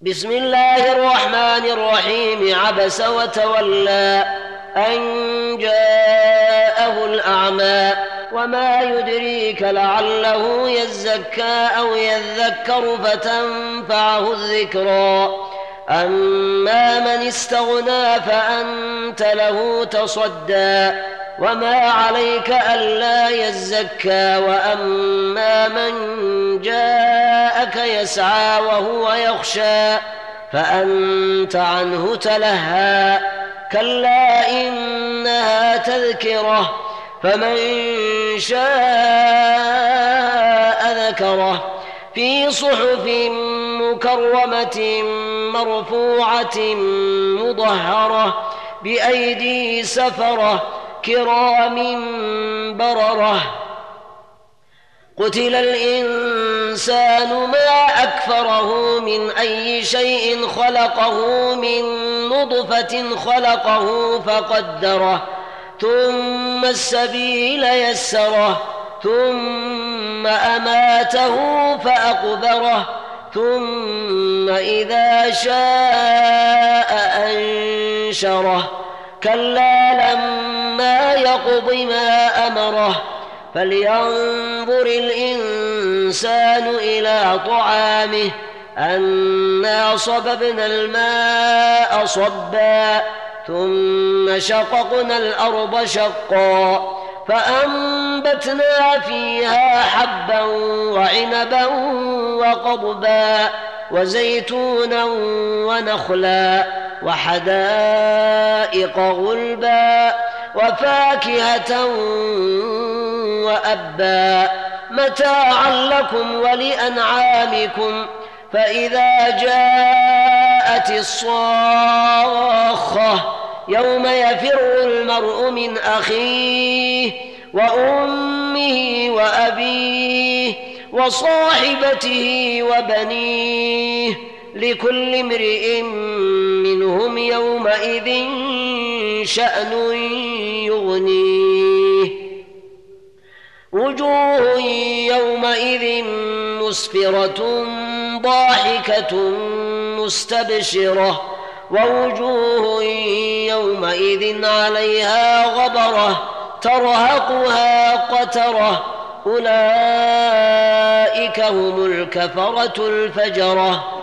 بسم الله الرحمن الرحيم. عبس وتولى أن جاءه الأعمى وما يدريك لعله يزكى أو يذكر فتنفعه الذكرى. أما من استغنى فأنت له تصدى وما عليك ألا يزكى. وأما من جاءك يسعى وهو يخشى فأنت عنه تلهى. كلا إنها تذكرة فمن شاء ذكره في صحف مكرمة مرفوعة مطهرة بأيدي سفرة كرام بررة. قتل الإنسان ما أكفره من أي شيء خلقه من نطفة خلقه فقدره ثم السبيل يسره ثم أماته فأقبره ثم إذا شاء أنشره. كلا لما يقض ما أمره فلينظر الإنسان إلى طعامه أنا صببنا الماء صبا ثم شققنا الأرض شقا فأنبتنا فيها حبا وعنبا وقضبا وزيتونا ونخلا وحدائق غلبا وفاكهة وأبا متاعا لكم ولأنعامكم. فإذا جاءت الصاخة يوم يفر المرء من أخيه وأمه وأبيه وصاحبته وبنيه لكل امرئ منهم يومئذ شأن يغنيه. وجوه يومئذ مسفرة ضاحكة مستبشرة ووجوه يومئذ عليها غبرة ترهقها قترة أولئك هم الكفرة الفجرة.